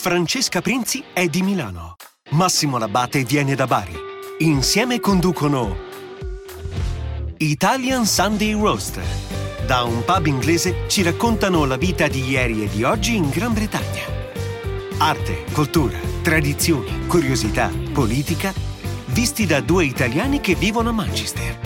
Francesca Prinzi è di Milano. Massimo Labbate viene da Bari. Insieme conducono Italian Sunday Roast. Da un pub inglese ci raccontano la vita di ieri e di oggi in Gran Bretagna. Arte, cultura, tradizioni, curiosità, politica, visti da due italiani che vivono a Manchester.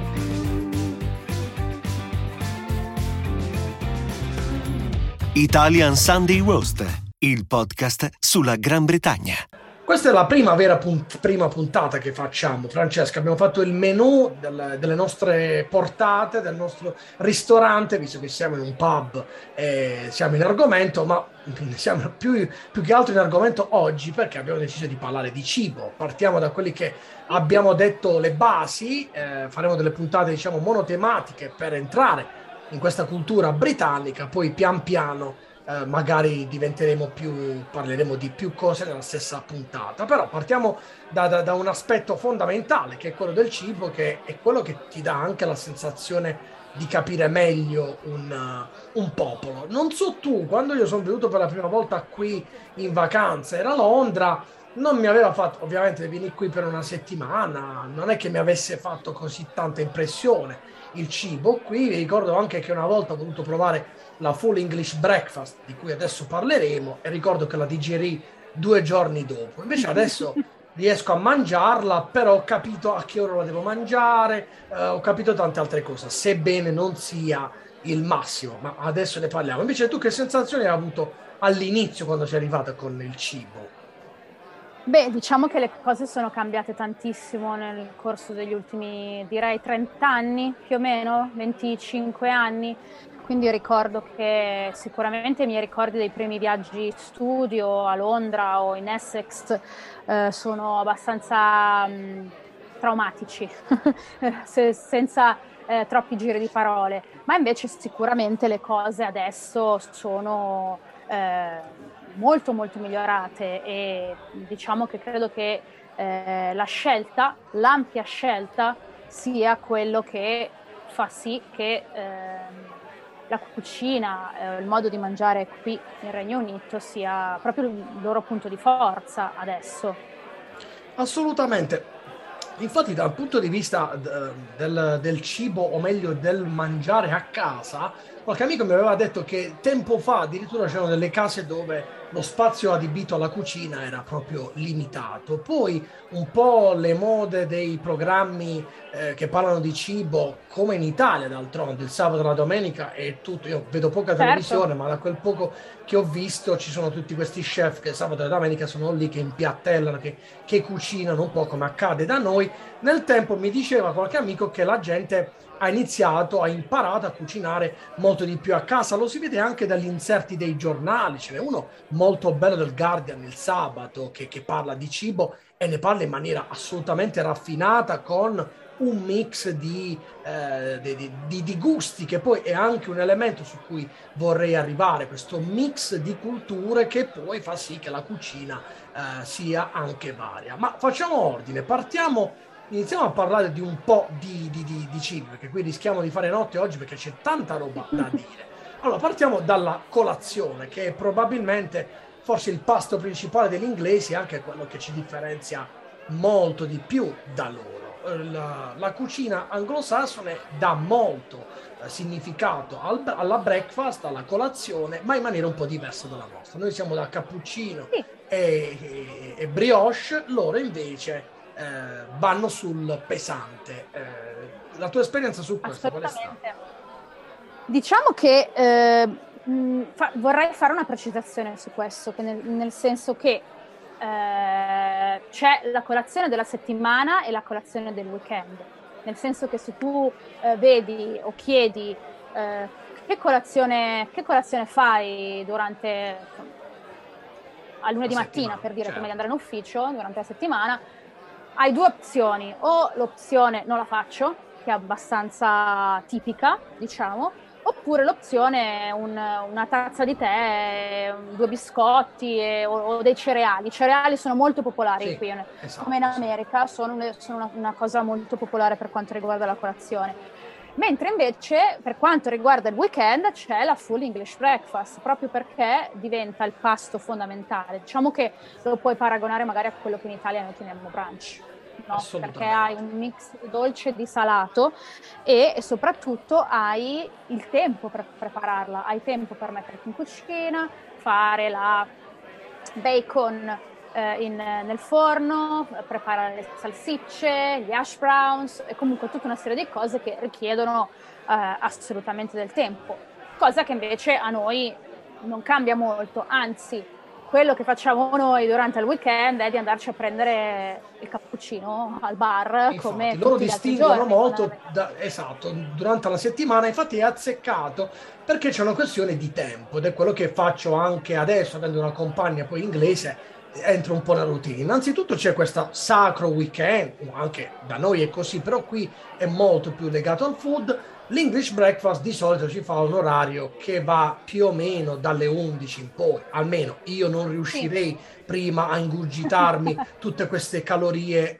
Italian Sunday Roast, il podcast sulla Gran Bretagna. Questa è la prima prima puntata che facciamo, Francesca. Abbiamo fatto il menù delle nostre portate, del nostro ristorante, visto che siamo in un pub e siamo in argomento, ma siamo più che altro in argomento oggi perché abbiamo deciso di parlare di cibo. Partiamo da quelli che abbiamo detto le basi, faremo delle puntate, diciamo, monotematiche per entrare in questa cultura britannica, poi pian piano magari parleremo di più cose nella stessa puntata. Però partiamo da un aspetto fondamentale, che è quello del cibo, che è quello che ti dà anche la sensazione di capire meglio un popolo. Non so tu, quando io sono venuto per la prima volta qui in vacanza, era Londra, non mi aveva fatto, ovviamente vieni qui per una settimana, non è che mi avesse fatto così tanta impressione il cibo qui. Vi ricordo anche che una volta ho voluto provare la full English breakfast, di cui adesso parleremo, e ricordo che la digerì 2 giorni dopo. Invece adesso riesco a mangiarla, però ho capito a che ora la devo mangiare, ho capito tante altre cose, sebbene non sia il massimo, ma adesso ne parliamo. Invece tu che sensazioni hai avuto all'inizio quando sei arrivata con il cibo? Beh, diciamo che le cose sono cambiate tantissimo nel corso degli ultimi, direi, 30 anni, più o meno, 25 anni. Quindi ricordo che sicuramente i miei ricordi dei primi viaggi studio a Londra o in Essex sono abbastanza traumatici, senza troppi giri di parole. Ma invece sicuramente le cose adesso sono molto molto migliorate, e diciamo che credo che l'ampia scelta sia quello che fa sì che la cucina, il modo di mangiare qui in Regno Unito sia proprio il loro punto di forza adesso. Assolutamente. Infatti, dal punto di vista del cibo, o meglio del mangiare a casa, qualche amico mi aveva detto che tempo fa addirittura c'erano delle case dove lo spazio adibito alla cucina era proprio limitato. Poi un po' le mode dei programmi che parlano di cibo, come in Italia d'altronde, il sabato e la domenica è tutto. Io vedo poca televisione, ma da quel poco che ho visto ci sono tutti questi chef che sabato e domenica sono lì, che impiattellano, che cucinano un po' come accade da noi. Nel tempo mi diceva qualche amico che la gente ha imparato a cucinare molto di più a casa. Lo si vede anche dagli inserti dei giornali. Ce n'è uno molto bello del Guardian il sabato che parla di cibo, e ne parla in maniera assolutamente raffinata, con un mix di gusti, che poi è anche un elemento su cui vorrei arrivare, questo mix di culture che poi fa sì che la cucina sia anche varia. Ma facciamo ordine, iniziamo a parlare di un po' di cibo, perché qui rischiamo di fare notte oggi perché c'è tanta roba da dire. Allora, partiamo dalla colazione, che è probabilmente forse il pasto principale degli inglesi, anche quello che ci differenzia molto di più da loro. La cucina anglosassone dà molto significato alla breakfast, alla colazione, ma in maniera un po' diversa dalla nostra. Noi siamo da cappuccino e brioche, loro invece vanno sul pesante. La tua esperienza su questo qual è stata? Diciamo che vorrei fare una precisazione su questo, che nel senso che c'è la colazione della settimana e la colazione del weekend, nel senso che se tu vedi o chiedi che colazione fai durante a lunedì mattina, per dire, prima di andare in ufficio durante la settimana, hai 2 opzioni: o l'opzione non la faccio, che è abbastanza tipica, diciamo, oppure l'opzione una tazza di tè, 2 biscotti o dei cereali. I cereali sono molto popolari qui, esatto, come in America, sono una cosa molto popolare per quanto riguarda la colazione. Mentre invece per quanto riguarda il weekend c'è la full English breakfast, proprio perché diventa il pasto fondamentale. Diciamo che lo puoi paragonare magari a quello che in Italia noi chiamiamo brunch, no? Perché hai un mix di dolce e di salato e soprattutto hai il tempo per prepararla, hai tempo per metterti in cucina, fare la bacon nel forno, preparare le salsicce, gli hash browns e comunque tutta una serie di cose che richiedono assolutamente del tempo, cosa che invece a noi non cambia molto, anzi quello che facciamo noi durante il weekend è di andarci a prendere il cappuccino al bar. Infatti, come loro tutti gli altri distinguono giorni, molto, esatto, durante la settimana, infatti è azzeccato perché c'è una questione di tempo ed è quello che faccio anche adesso, avendo una compagna poi inglese, entro un po' nella routine. Innanzitutto c'è questo sacro weekend, anche da noi è così, però qui è molto più legato al food. L'English breakfast di solito ci fa un orario che va più o meno dalle 11 in poi, almeno io non riuscirei prima a ingurgitarmi tutte queste calorie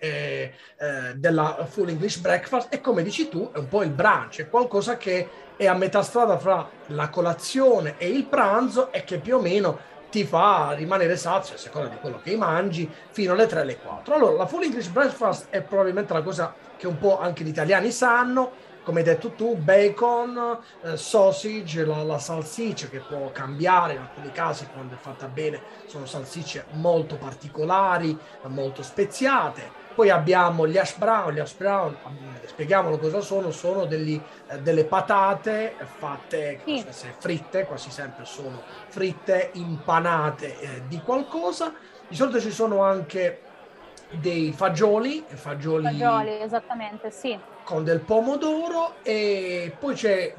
della full English breakfast e come dici tu è un po' il brunch, è qualcosa che è a metà strada fra la colazione e il pranzo e che più o meno ti fa rimanere sazio a seconda di quello che mangi fino alle 3 alle 4. Allora la full English breakfast è probabilmente la cosa che un po' anche gli italiani sanno, come hai detto tu, bacon, sausage, la salsiccia che può cambiare in alcuni casi quando è fatta bene, sono salsicce molto particolari, molto speziate. Poi abbiamo gli hash brown, spieghiamolo cosa sono delle patate fatte, fritte, quasi sempre sono fritte, impanate di qualcosa. Di solito ci sono anche dei fagioli, esattamente, sì. Con del pomodoro e poi c'è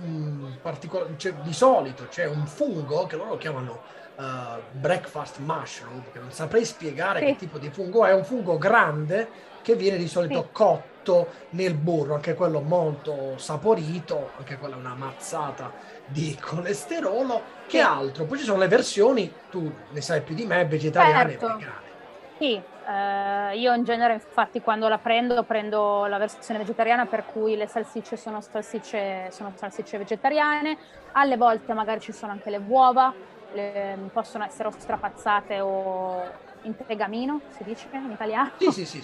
di solito c'è un fungo che loro chiamano breakfast mushroom, che non saprei spiegare che tipo di fungo è, un fungo grande che viene di solito cotto nel burro, anche quello molto saporito, anche quella è una mazzata di colesterolo. Che altro? Poi ci sono le versioni, tu ne sai più di me, vegetariane e vegane. Sì, io in genere infatti quando la prendo la versione vegetariana, per cui le salsicce sono salsicce vegetariane, alle volte magari ci sono anche le uova, possono essere o strapazzate o in tegamino, si dice in italiano? Sì,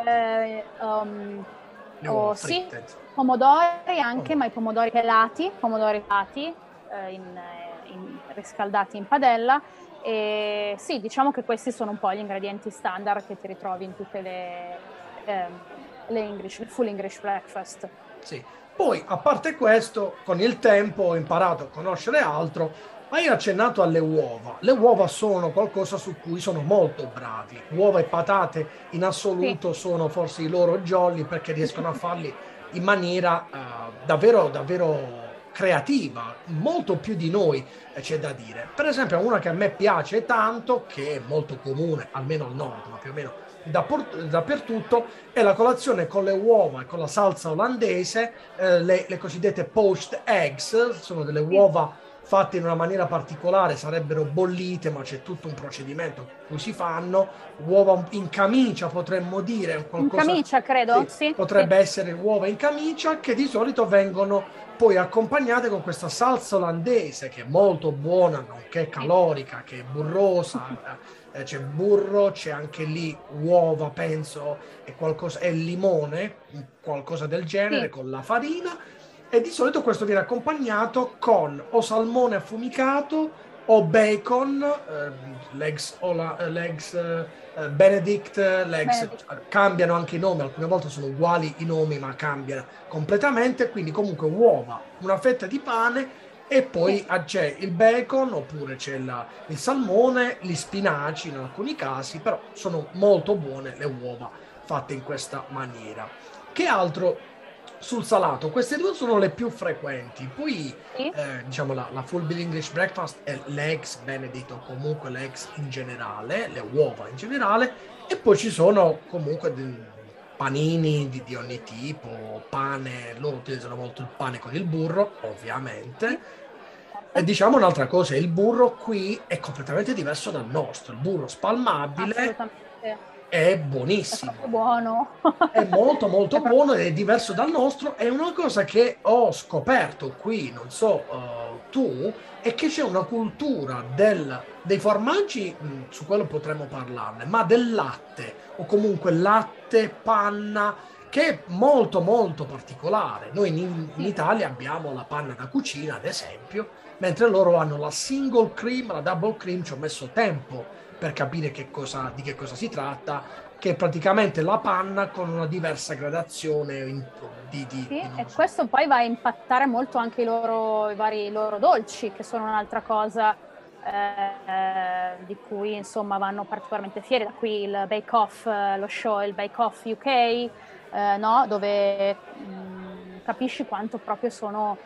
pomodori anche, ma i pomodori pelati, riscaldati in padella. E sì, diciamo che questi sono un po' gli ingredienti standard che ti ritrovi in tutte le full English breakfast. Sì. Poi, a parte questo, con il tempo ho imparato a conoscere altro, ma io ho accennato alle uova. Le uova sono qualcosa su cui sono molto bravi. Uova e patate in assoluto sono forse i loro jolly perché riescono a farli in maniera davvero, davvero creativa, molto più di noi, c'è da dire. Per esempio, una che a me piace tanto, che è molto comune, almeno al nord, ma più o meno dappertutto, è la colazione con le uova e con la salsa olandese, le cosiddette poached eggs, sono delle uova fatte in una maniera particolare, sarebbero bollite, ma c'è tutto un procedimento cui si fanno, uova in camicia potremmo dire, qualcosa, in camicia credo, potrebbe essere uova in camicia, che di solito vengono poi accompagnate con questa salsa olandese che è molto buona, nonché calorica, che è burrosa, c'è burro, c'è anche lì uova, penso, e limone, qualcosa del genere, con la farina. E di solito questo viene accompagnato con o salmone affumicato o bacon, legs Benedict, cambiano anche i nomi, alcune volte sono uguali i nomi ma cambiano completamente, quindi comunque uova, una fetta di pane e poi c'è il bacon oppure c'è il salmone, gli spinaci in alcuni casi, però sono molto buone le uova fatte in questa maniera. Che altro? Sul salato, queste due sono le più frequenti, poi diciamo la full English breakfast è l'eggs Benedict o comunque l'eggs in generale, le uova in generale, e poi ci sono comunque panini di ogni tipo, pane, loro utilizzano molto il pane con il burro, ovviamente. E diciamo un'altra cosa, il burro qui è completamente diverso dal nostro, il burro spalmabile è È buonissimo. proprio buono. È molto molto buono ed è diverso dal nostro. È una cosa che ho scoperto qui, non so tu, è che c'è una cultura dei formaggi, su quello potremmo parlarne, ma del latte o comunque latte, panna, che è molto molto particolare. Noi in Sì, Italia abbiamo la panna da cucina, ad esempio, mentre loro hanno la single cream, la double cream. Ci ho messo tempo per capire di che cosa si tratta, che è praticamente la panna con una diversa gradazione sì, non e lo so. questo poi va a impattare molto anche i vari loro dolci, che sono un'altra cosa di cui insomma vanno particolarmente fieri. Da qui il Bake Off, lo show, il Bake Off UK, no? Dove capisci quanto proprio sono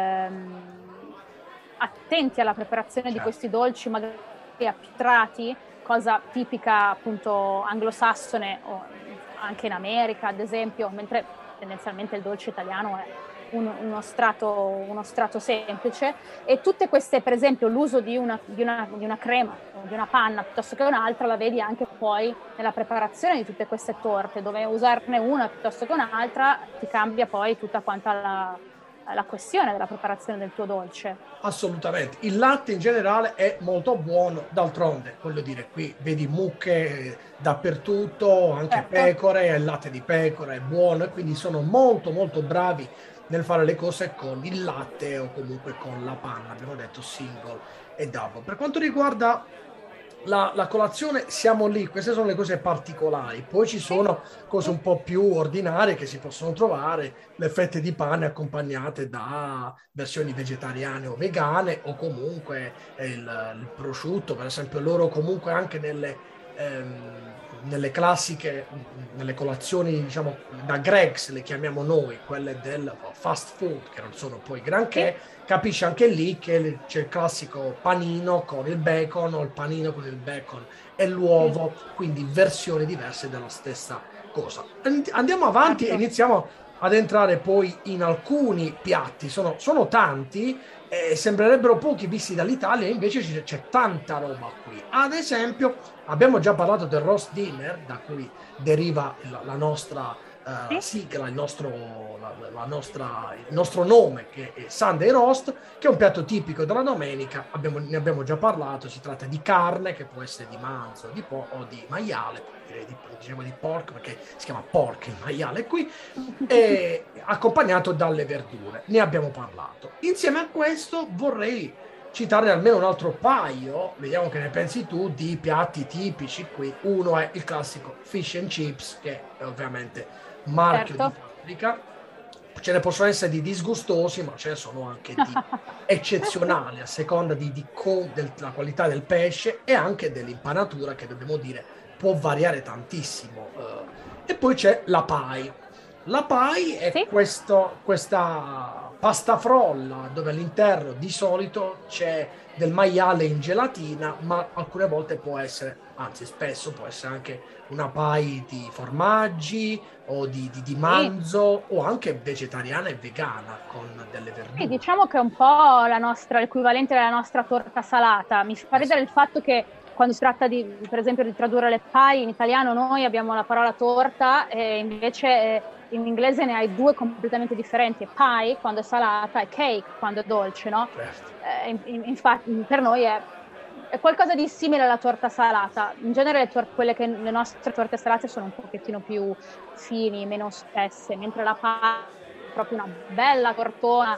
attenti alla preparazione di Certo. questi dolci, magari appitrati, cosa tipica appunto anglosassone o anche in America, ad esempio, mentre tendenzialmente il dolce italiano è uno strato semplice. E tutte queste, per esempio, l'uso di una crema o di una panna piuttosto che un'altra, la vedi anche poi nella preparazione di tutte queste torte, dove usarne una piuttosto che un'altra ti cambia poi tutta quanta la questione della preparazione del tuo dolce. Assolutamente. Il latte in generale è molto buono, d'altronde, voglio dire, qui vedi mucche dappertutto, anche Certo. pecore, il latte di pecora è buono e quindi sono molto molto bravi nel fare le cose con il latte o comunque con la panna, abbiamo detto single e double. Per quanto riguarda la colazione, siamo lì, queste sono le cose particolari, poi ci Sì, sono cose sì, un po' più ordinarie che si possono trovare, le fette di pane accompagnate da versioni vegetariane o vegane o comunque il prosciutto, per esempio loro comunque anche nelle classiche, nelle colazioni diciamo da Greggs le chiamiamo noi, quelle del fast food che non sono poi sì, granché, capisci anche lì che c'è il classico panino con il bacon o il panino con il bacon e sì, l'uovo, quindi versioni diverse della stessa cosa. Andiamo avanti e certo. iniziamo ad entrare poi in alcuni piatti, sono tanti, sembrerebbero pochi visti dall'Italia, invece c'è tanta roba qui. Ad esempio, abbiamo già parlato del roast dinner, da cui deriva la nostra Sì, sigla, il nostro nome, che è Sunday Roast, che è un piatto tipico della domenica. Ne abbiamo già parlato. Si tratta di carne che può essere di manzo o di maiale, direi diciamo di pork perché si chiama pork il maiale qui, e accompagnato dalle verdure. Ne abbiamo parlato. Insieme a questo vorrei citare almeno un altro paio, vediamo che ne pensi tu, di piatti tipici qui. Uno è il classico fish and chips, che è ovviamente marchio di certo. fabbrica. Ce ne possono essere di disgustosi, ma ce ne sono anche di eccezionali a seconda della qualità del pesce e anche dell'impanatura, che dobbiamo dire può variare tantissimo. E poi c'è la pie. La pie è Sì, questa pasta frolla dove all'interno di solito c'è del maiale in gelatina, ma alcune volte può essere, anzi spesso può essere anche una pie di formaggi o di sì. manzo o anche vegetariana e vegana con delle Sì, verdure. diciamo che è un po' l'equivalente della nostra torta salata. Mi fa ridere il fatto che quando si tratta per esempio, di tradurre le pie in italiano, noi abbiamo la parola torta e invece in inglese ne hai due completamente differenti. Pie quando è salata e cake quando è dolce, no? Certo. Infatti per noi è qualcosa di simile alla torta salata. In genere le nostre torte salate sono un pochettino più fini, meno spesse, mentre la pie è proprio una bella tortona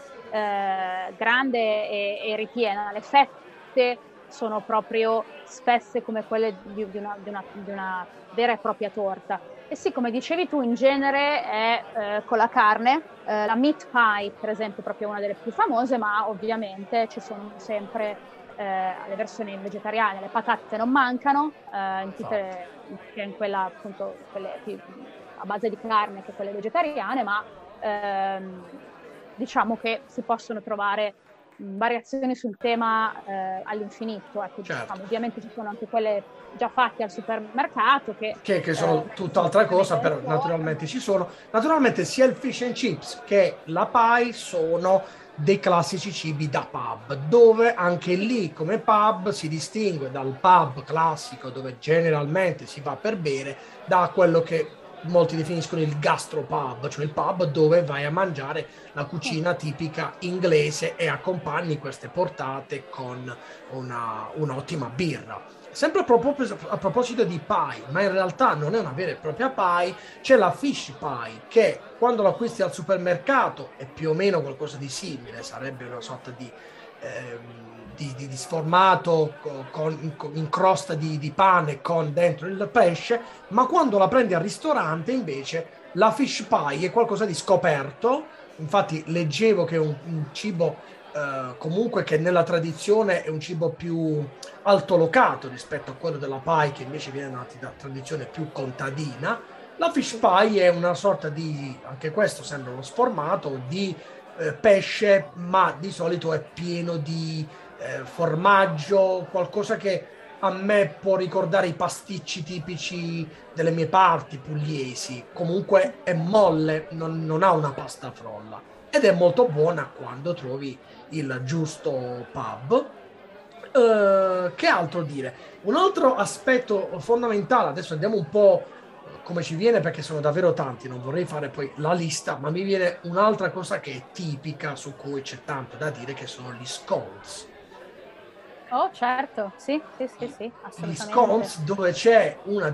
grande e ripiena. Le fette sono proprio spesse come quelle di una vera e propria torta. E sì, come dicevi tu, in genere è con la carne. La meat pie, per esempio, è proprio una delle più famose, ma ovviamente ci sono sempre le versioni vegetariane. Le patate non mancano, sia in quella appunto quelle più a base di carne che quelle vegetariane, ma diciamo che si possono trovare variazioni sul tema all'infinito. Ecco, Certo. diciamo, ovviamente ci sono anche quelle già fatte al supermercato Che sono tutt'altra cosa, però naturalmente ci sono. Naturalmente sia il fish and chips che la pie sono dei classici cibi da pub, dove anche lì come pub si distingue dal pub classico dove generalmente si va per bere, da quello che molti definiscono il gastropub, cioè il pub dove vai a mangiare la cucina tipica inglese e accompagni queste portate con un'ottima birra. Sempre a proposito di pie, ma in realtà non è una vera e propria pie, c'è la fish pie che quando l'acquisti al supermercato è più o meno qualcosa di simile, sarebbe una sorta di sformato in crosta di pane con dentro il pesce, ma quando la prendi al ristorante invece la fish pie è qualcosa di scoperto. Infatti leggevo che è un cibo comunque che nella tradizione è un cibo più altolocato rispetto a quello della pie che invece viene da tradizione più contadina. La fish pie è una sorta di, anche questo sembra uno sformato, di pesce, ma di solito è pieno di formaggio, qualcosa che a me può ricordare i pasticci tipici delle mie parti pugliesi. Comunque è molle, non ha una pasta frolla ed è molto buona quando trovi il giusto pub. Che altro dire? Un altro aspetto fondamentale, adesso andiamo un po' come ci viene perché sono davvero tanti, non vorrei fare poi la lista, ma mi viene un'altra cosa che è tipica, su cui c'è tanto da dire, che sono gli scones. Oh, certo, sì, Gli assolutamente. scones dove c'è una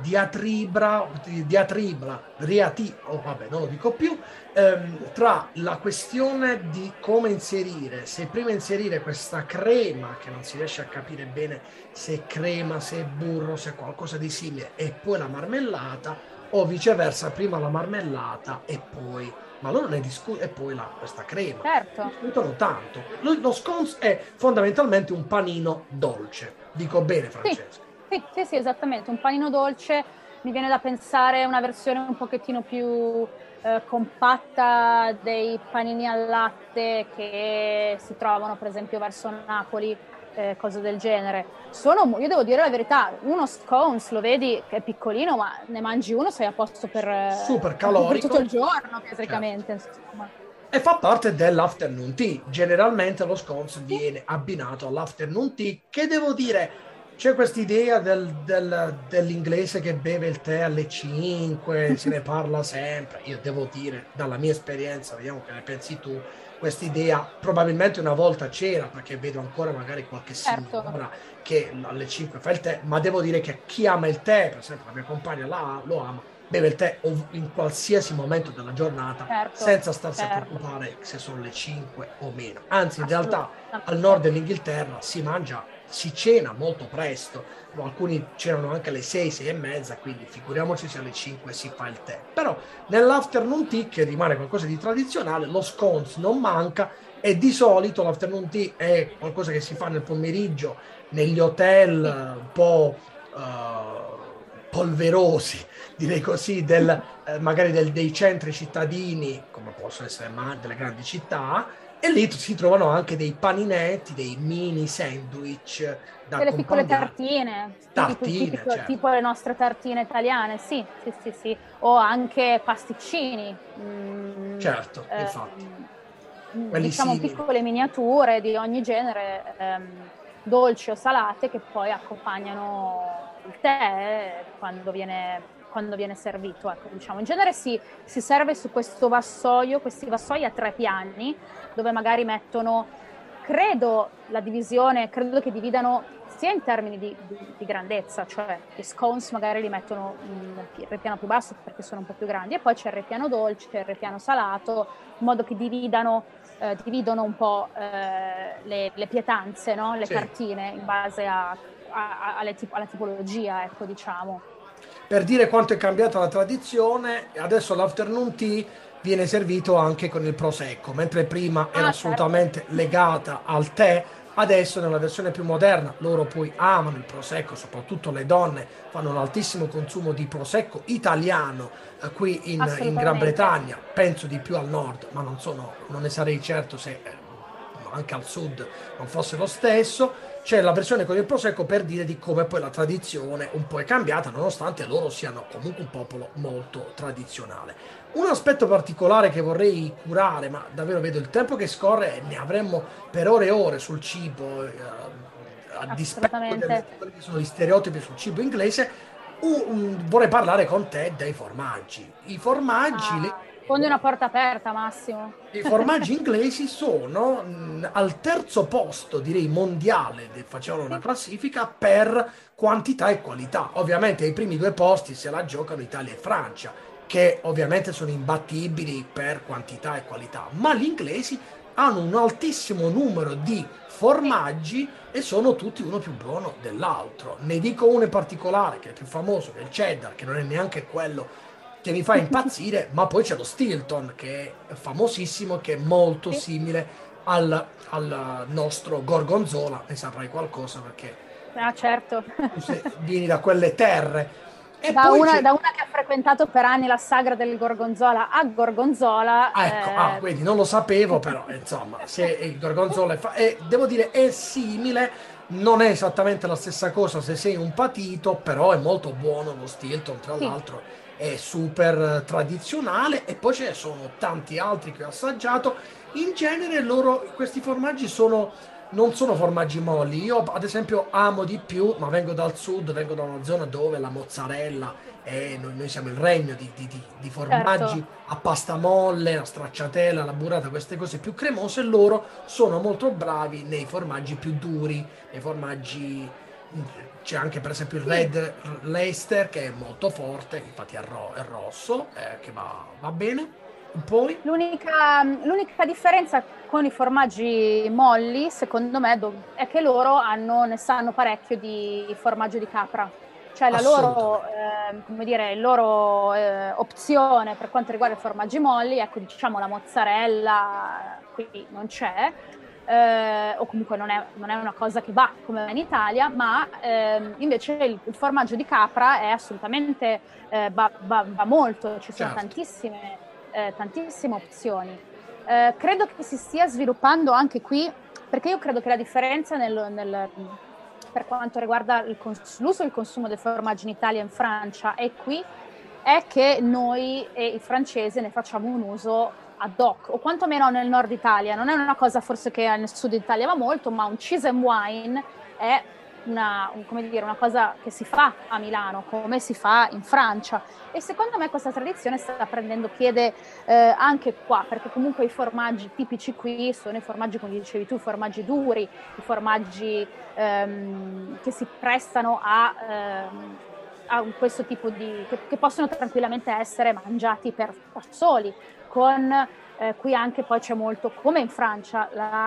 vabbè, non lo dico più, tra la questione di come inserire, se prima inserire questa crema, che non si riesce a capire bene se è crema, se è burro, se è qualcosa di simile, e poi la marmellata, o viceversa, prima la marmellata e poi ma loro ne discutono e poi questa crema. Certo. Discutono tanto. Lo scones è fondamentalmente un panino dolce. Dico bene, Francesca? Sì, esattamente. Un panino dolce, mi viene da pensare una versione un pochettino più compatta dei panini al latte che si trovano per esempio verso Napoli, cose del genere. Io devo dire la verità, uno scones lo vedi che è piccolino, ma ne mangi uno, sei a posto super calorico, per tutto il giorno praticamente. Certo. E fa parte dell'afternoon tea. Generalmente lo scones viene abbinato all'afternoon tea, che devo dire, c'è quest'idea dell'inglese che beve il tè alle 5, se ne parla sempre. Io devo dire, dalla mia esperienza, vediamo che ne pensi tu, quest'idea probabilmente una volta c'era, perché vedo ancora magari qualche signora che alle 5 fa il tè, ma devo dire che chi ama il tè, per esempio la mia compagna lo ama, beve il tè in qualsiasi momento della giornata, senza starsi a preoccupare se sono le 5 o meno. Anzi, in realtà al nord dell'Inghilterra si cena molto presto, alcuni cenano anche alle 6, 6 e mezza, quindi figuriamoci se alle 5 si fa il tè. Però nell'afternoon tea, che rimane qualcosa di tradizionale, lo scones non manca, e di solito l'afternoon tea è qualcosa che si fa nel pomeriggio negli hotel un po' polverosi, direi così, magari dei centri cittadini, come possono essere delle grandi città, e lì si trovano anche dei paninetti, dei mini sandwich da delle piccole tartine, certo. Tipo le nostre tartine italiane, sì, o anche pasticcini. Certo, infatti. Diciamo piccole miniature di ogni genere, dolci o salate, che poi accompagnano il tè quando viene servito. Ecco, diciamo. In genere si serve su questo vassoio, questi vassoi a 3 piani, dove magari mettono, credo che dividano sia in termini di grandezza, cioè gli scones magari li mettono nel ripiano più basso perché sono un po' più grandi, e poi c'è il ripiano dolce, c'è il ripiano salato, in modo che dividono un po' le pietanze, no? Le tartine, in base alla tipologia, ecco, diciamo. Per dire quanto è cambiata la tradizione, adesso l'afternoon tea viene servito anche con il prosecco, mentre prima era assolutamente legata al tè. Adesso nella versione più moderna loro poi amano il prosecco, soprattutto le donne fanno un altissimo consumo di prosecco italiano qui in Gran Bretagna, penso di più al nord, ma non ne sarei certo se anche al sud non fosse lo stesso. C'è la versione con il prosecco per dire di come poi la tradizione un po' è cambiata, nonostante loro siano comunque un popolo molto tradizionale. Un aspetto particolare che vorrei curare, ma davvero vedo il tempo che scorre e ne avremmo per ore e ore sul cibo, a dispetto Assolutamente. di quelli che sono gli stereotipi sul cibo inglese, vorrei parlare con te dei formaggi. Ah, sfondi una porta aperta, Massimo. I formaggi inglesi sono al terzo posto, direi mondiale, facevano una Sì, classifica per quantità e qualità. Ovviamente ai primi due posti se la giocano Italia e Francia, che ovviamente sono imbattibili per quantità e qualità, ma gli inglesi hanno un altissimo numero di sì. formaggi e sono tutti uno più buono dell'altro. Ne dico uno in particolare, che è il più famoso, che è il cheddar, che non è neanche quello che mi fa impazzire, ma poi c'è lo Stilton, che è famosissimo, che è molto Sì. simile al nostro Gorgonzola, ne saprai qualcosa perché Ah, certo. vieni da quelle terre. E Da poi una, c'è. da una che ha frequentato per anni la sagra del Gorgonzola a Gorgonzola. Ah, ecco, quindi non lo sapevo, però insomma, se il gorgonzola devo dire è simile, non è esattamente la stessa cosa se sei un patito, però è molto buono lo Stilton, tra Sì, l'altro è super tradizionale e poi ce ne sono tanti altri che ho assaggiato. In genere questi formaggi non sono formaggi molli, io ad esempio amo di più, ma vengo dal sud, vengo da una zona dove la mozzarella e noi siamo il regno di certo. formaggi a pasta molle, la stracciatella, la burrata, queste cose più cremose, loro sono molto bravi nei formaggi più duri, nei formaggi. C'è anche per esempio il Sì, Red Leicester che è molto forte, infatti è rosso, che va bene. Poi, l'unica differenza con i formaggi molli, secondo me, è che loro ne sanno parecchio di formaggio di capra. Cioè la loro, assolutamente, come dire, il loro opzione per quanto riguarda i formaggi molli, ecco, diciamo la mozzarella qui non c'è, o comunque non è una cosa che va come in Italia, ma invece il formaggio di capra è assolutamente, va molto, ci sono certo. tantissime opzioni. Credo che si stia sviluppando anche qui, perché io credo che la differenza per quanto riguarda l'uso e il consumo del formaggio in Italia e in Francia e qui è che noi e i francesi ne facciamo un uso ad hoc, o quantomeno nel nord Italia. Non è una cosa forse che nel sud Italia va molto, ma un cheese and wine è come dire, una cosa che si fa a Milano, come si fa in Francia. E secondo me questa tradizione sta prendendo piede anche qua, perché comunque i formaggi tipici qui sono i formaggi, come dicevi tu, i formaggi duri, i formaggi che si prestano a questo tipo che possono tranquillamente essere mangiati da soli, con qui anche poi c'è molto, come in Francia,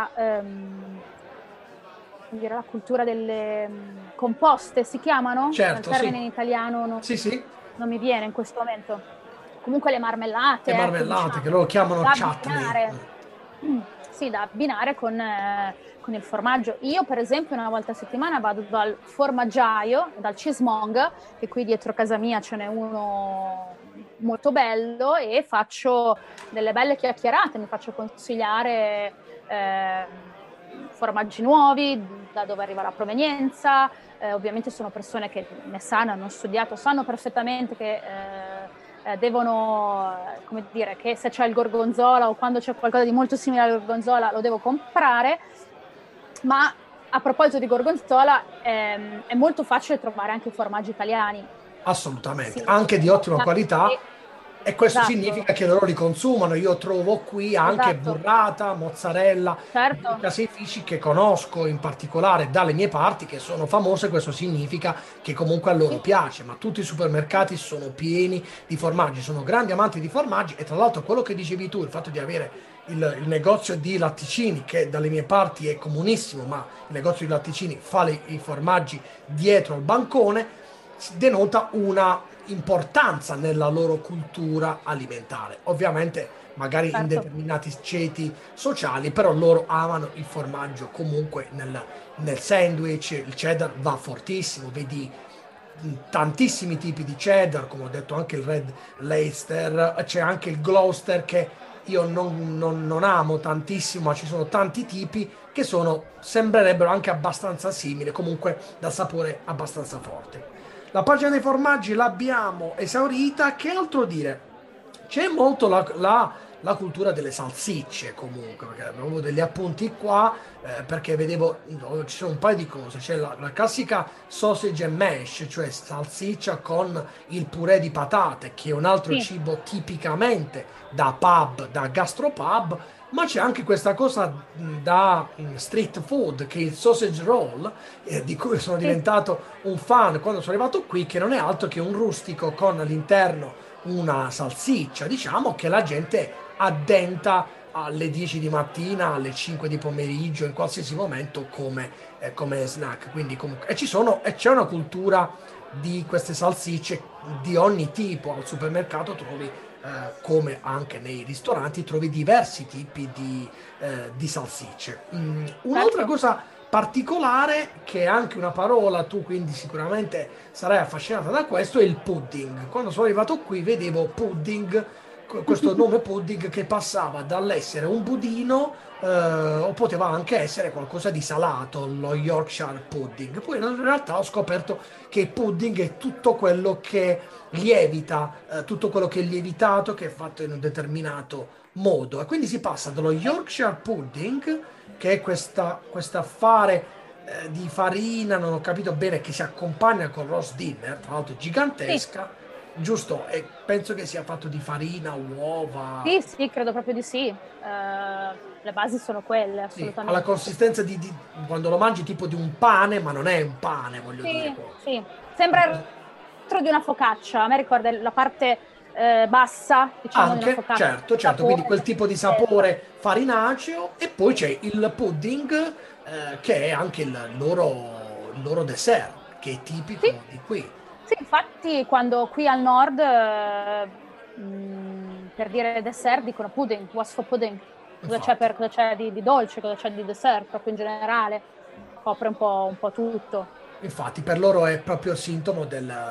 la cultura delle composte, si chiamano? Il Certo, termine sì. in italiano Sì, sì. non mi viene in questo momento. Comunque le Le marmellate, ecco, marmellate che diciamo, loro chiamano da chutney. abbinare, sì, da abbinare con il formaggio. Io, per esempio, una volta a settimana vado dal formaggiaio, dal cheesemonger, che qui dietro casa mia ce n'è uno molto bello, e faccio delle belle chiacchierate, mi faccio consigliare formaggi nuovi, da dove arriva la provenienza. Ovviamente sono persone che ne sanno, hanno studiato, sanno perfettamente che devono, come dire, che se c'è il gorgonzola o quando c'è qualcosa di molto simile al gorgonzola lo devo comprare. Ma a proposito di gorgonzola, è molto facile trovare anche i formaggi italiani. Assolutamente, Sì, anche di ottima sì, qualità e questo esatto, significa che loro li consumano. Io trovo qui anche esatto, burrata, mozzarella di certo, caseifici che conosco in particolare dalle mie parti che sono famose, questo significa che comunque a loro sì, piace, ma tutti i sì, supermercati sono pieni di formaggi, sono grandi amanti di formaggi e tra l'altro quello che dicevi tu, il fatto di avere il negozio di latticini che dalle mie parti è comunissimo, ma il negozio di latticini fa i formaggi dietro al bancone, denota una importanza nella loro cultura alimentare. Ovviamente magari in certo. determinati ceti sociali, però loro amano il formaggio comunque nel sandwich, il cheddar va fortissimo, vedi tantissimi tipi di cheddar, come ho detto anche il Red Leicester, c'è anche il Gloucester che io non amo tantissimo, ma ci sono tanti tipi che sembrerebbero anche abbastanza simili, comunque da sapore abbastanza forte. La pagina dei formaggi l'abbiamo esaurita, che altro dire? C'è molto la cultura delle salsicce comunque, perché avevo degli appunti qua, perché vedevo, no, ci sono un paio di cose, c'è la classica sausage and mash, cioè salsiccia con il purè di patate, che è un altro Sì, cibo tipicamente da pub, da gastropub, ma c'è anche questa cosa da street food, che è il sausage roll, di cui sono sì, diventato un fan quando sono arrivato qui, che non è altro che un rustico con all'interno una salsiccia, diciamo, che la gente addenta alle 10 di mattina, alle 5 di pomeriggio, in qualsiasi momento come snack. Quindi comunque, e c'è una cultura di queste salsicce di ogni tipo. Al supermercato trovi, come anche nei ristoranti, trovi diversi tipi di salsicce. Un'altra certo. cosa particolare, che è anche una parola, tu quindi sicuramente sarai affascinata da questo, è il pudding. Quando sono arrivato qui vedevo pudding, questo nome pudding, che passava dall'essere un budino, o poteva anche essere qualcosa di salato, lo Yorkshire pudding. Poi in realtà ho scoperto che pudding è tutto quello che lievita, tutto quello che è lievitato, che è fatto in un determinato modo. E quindi si passa dallo Yorkshire pudding, che è questo affare di farina, non ho capito bene, che si accompagna con roast dinner, tra l'altro Sì, gigantesca, giusto? E penso che sia fatto di farina, uova, sì, sì, credo proprio di sì. Le basi sono quelle, sì, ha la assolutamente. consistenza quando lo mangi tipo di un pane, ma non è un pane, voglio dire. Sì, sì. Sembra il retro di una focaccia. A me ricorda la parte bassa, diciamo, di una Anche, focaccia. certo, Il certo, quindi sapore, quel tipo di consistenza. sapore farinaceo, e poi c'è il pudding, che è anche il loro dessert, che è Sì, tipico di qui. sì, infatti quando qui al nord, per dire dessert, dicono pudding, what's for pudding? Infatti, Cosa c'è di dolce, cosa c'è di dessert, proprio in generale, copre un po' tutto. infatti, per loro è proprio sintomo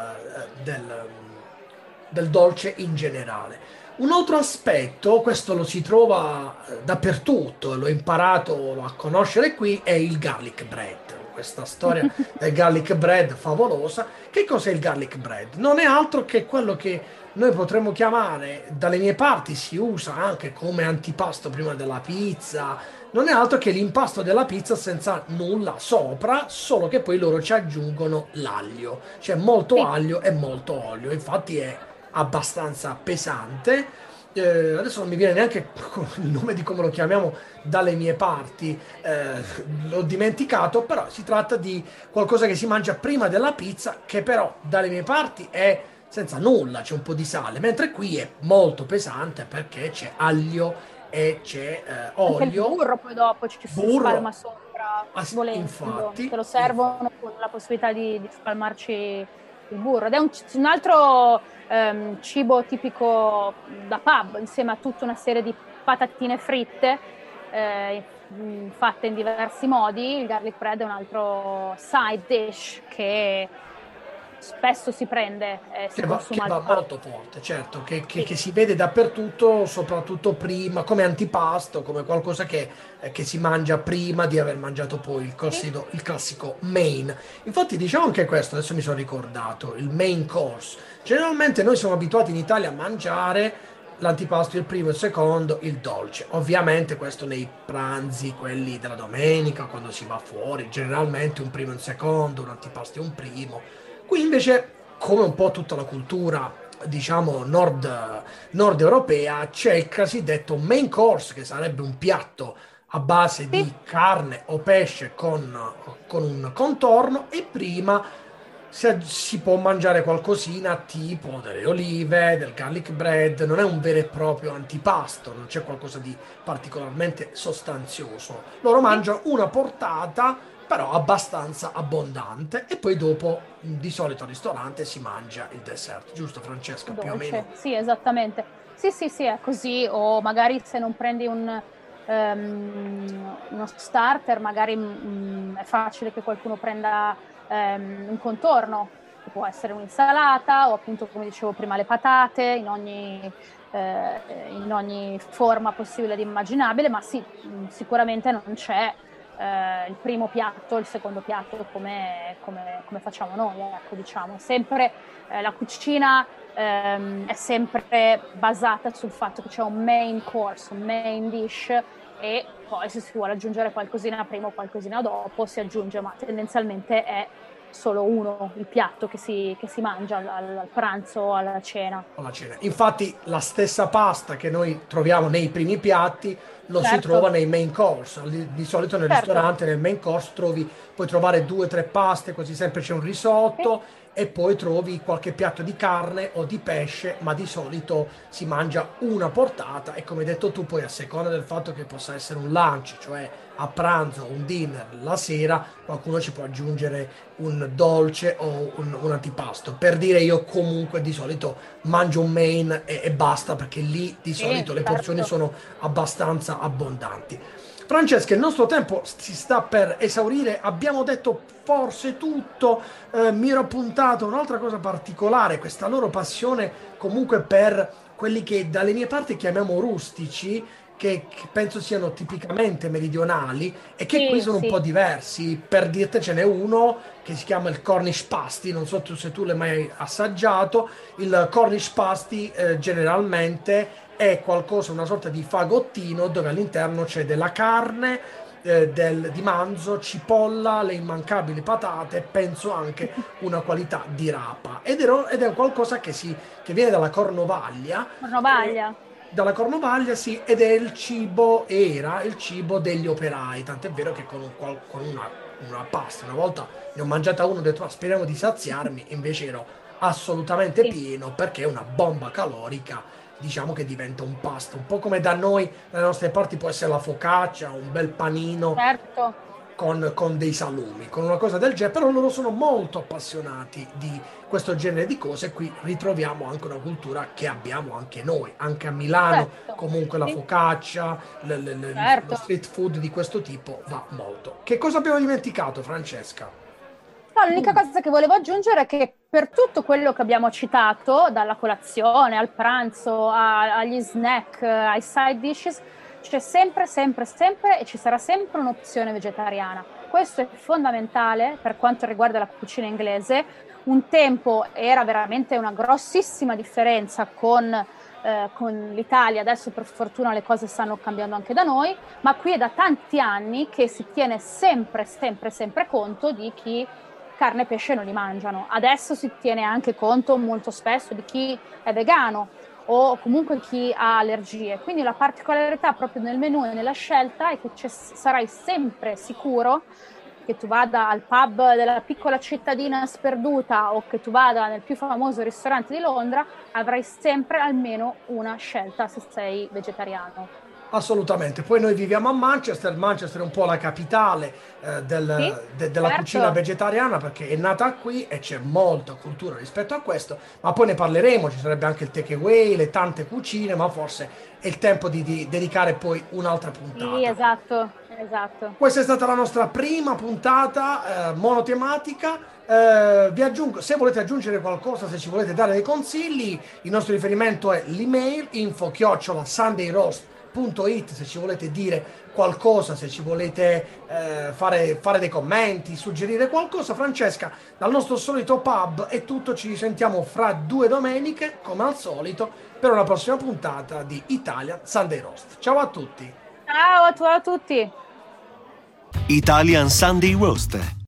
del dolce in generale. Un altro aspetto, questo lo si trova dappertutto, l'ho imparato a conoscere qui, è il garlic bread. Questa storia del garlic bread favolosa. Che cos'è il garlic bread? Non è altro che quello che noi potremmo chiamare, dalle mie parti si usa anche come antipasto prima della pizza, non è altro che l'impasto della pizza senza nulla sopra, solo che poi loro ci aggiungono l'aglio. C'è molto Sì, aglio e molto olio, infatti è abbastanza pesante. Adesso non mi viene neanche il nome di come lo chiamiamo dalle mie parti, l'ho dimenticato, però si tratta di qualcosa che si mangia prima della pizza, che però dalle mie parti è senza nulla, c'è un po' di sale, mentre qui è molto pesante perché c'è aglio e c'è anche il olio, burro poi dopo ci si burro, spalma sopra, volendo, te infatti, lo servono con la possibilità di spalmarci il burro. Ed è un altro cibo tipico da pub, insieme a tutta una serie di patatine fritte, fatte in diversi modi. Il garlic bread è un altro side dish che spesso si prende e si che consuma al va pub. molto forte, certo, Sì, che si vede dappertutto, soprattutto prima, come antipasto, come qualcosa che si mangia prima di aver mangiato poi sì, il classico main. Infatti diciamo anche questo, adesso mi sono ricordato, il main course. Generalmente noi siamo abituati in Italia a mangiare l'antipasto, il primo, il secondo, il dolce. Ovviamente questo nei pranzi, quelli della domenica, quando si va fuori, generalmente un primo e un secondo, un antipasto e un primo. Qui invece, come un po' tutta la cultura, diciamo, nord europea, c'è il cosiddetto main course, che sarebbe un piatto a base sì. di carne o pesce con un contorno, e prima si può mangiare qualcosina tipo delle olive, del garlic bread. Non è un vero e proprio antipasto, non c'è qualcosa di particolarmente sostanzioso. Loro Sì. mangiano una portata, però abbastanza abbondante, e poi dopo, di solito al ristorante, si mangia il dessert, giusto Francesca? Più o Dolce, meno. sì, esattamente. Sì, sì, sì, è così. O magari se non prendi uno starter, magari è facile che qualcuno prenda un contorno. che può essere un'insalata o appunto, come dicevo prima, le patate in ogni forma possibile ed immaginabile, ma sì, sicuramente non c'è il primo piatto, il secondo piatto come facciamo noi, ecco, diciamo. Sempre la cucina è sempre basata sul fatto che c'è un main course, un main dish, e poi se si vuole aggiungere qualcosina prima o qualcosina dopo si aggiunge, ma tendenzialmente è solo uno il piatto che si mangia al pranzo o alla cena. Infatti la stessa pasta che noi troviamo nei primi piatti lo si Certo, trova nei main course. Di solito nel certo. ristorante, nel main course puoi trovare 2 o 3 paste, così sempre c'è un Sì, risotto e poi trovi qualche piatto di carne o di pesce, ma di solito si mangia una portata e come hai detto tu poi a seconda del fatto che possa essere un lunch, cioè a pranzo, un dinner, la sera, qualcuno ci può aggiungere un dolce o un antipasto. Per dire io comunque di solito mangio un main e basta perché lì di sì, solito le porzioni certo. sono abbastanza abbondanti. Francesca, il nostro tempo si sta per esaurire, abbiamo detto forse tutto, mi ero appuntato un'altra cosa particolare, questa loro passione comunque per quelli che dalle mie parti chiamiamo rustici, che penso siano tipicamente meridionali e che qui Sì, sono un po' sì. diversi. Per dirte ce n'è uno che si chiama il Cornish Pasty, non so se tu l'hai mai assaggiato. Il Cornish Pasty generalmente è qualcosa, una sorta di fagottino dove all'interno c'è della carne, di manzo, cipolla, le immancabili patate, penso anche una qualità di rapa. Ed è qualcosa che viene dalla Cornovaglia. eh, Cornovaglia. Dalla Cornovaglia, sì, ed è era il cibo degli operai, tant'è vero che con una pasta, una volta ne ho mangiata uno, ho detto, "Ah, speriamo di saziarmi", invece ero assolutamente Sì, pieno perché è una bomba calorica, diciamo che diventa un pasto, un po' come da noi, dalle nostre parti può essere la focaccia, un bel panino certo. con dei salumi, con una cosa del genere, però loro sono molto appassionati di questo genere di cose e qui ritroviamo anche una cultura che abbiamo anche noi, anche a Milano, Certo, comunque la sì, focaccia, lo certo. street food di questo tipo va molto. Che cosa abbiamo dimenticato, Francesca? No, l'unica cosa che volevo aggiungere è che per tutto quello che abbiamo citato, dalla colazione al pranzo, agli snack, ai side dishes, c'è sempre, sempre, sempre e ci sarà sempre un'opzione vegetariana. Questo è fondamentale per quanto riguarda la cucina inglese. Un tempo era veramente una grossissima differenza con l'Italia, adesso per fortuna le cose stanno cambiando anche da noi, ma qui è da tanti anni che si tiene sempre, sempre, sempre conto di chi carne e pesce non li mangiano. Adesso si tiene anche conto molto spesso di chi è vegano o comunque chi ha allergie. Quindi la particolarità proprio nel menù e nella scelta è che sarai sempre sicuro che tu vada al pub della piccola cittadina sperduta o che tu vada nel più famoso ristorante di Londra, avrai sempre almeno una scelta se sei vegetariano. Assolutamente. Poi noi viviamo a Manchester. Manchester è un po' la capitale Sì, della cucina certo. vegetariana perché è nata qui e c'è molta cultura rispetto a questo. Ma poi ne parleremo. Ci sarebbe anche il takeaway, le tante cucine, ma forse è il tempo di dedicare poi un'altra Sì, puntata. esatto, esatto. Questa è stata la nostra prima puntata monotematica. Vi aggiungo, se volete aggiungere qualcosa, se ci volete dare dei consigli, il nostro riferimento è l'email info@sundayroast.it se ci volete dire qualcosa, se ci volete fare dei commenti, suggerire qualcosa. Francesca, dal nostro solito pub è tutto, ci risentiamo fra 2 domeniche, come al solito, per una prossima puntata di Italian Sunday Roast. Ciao a tutti! Ciao a tutti. Italian Sunday Roast.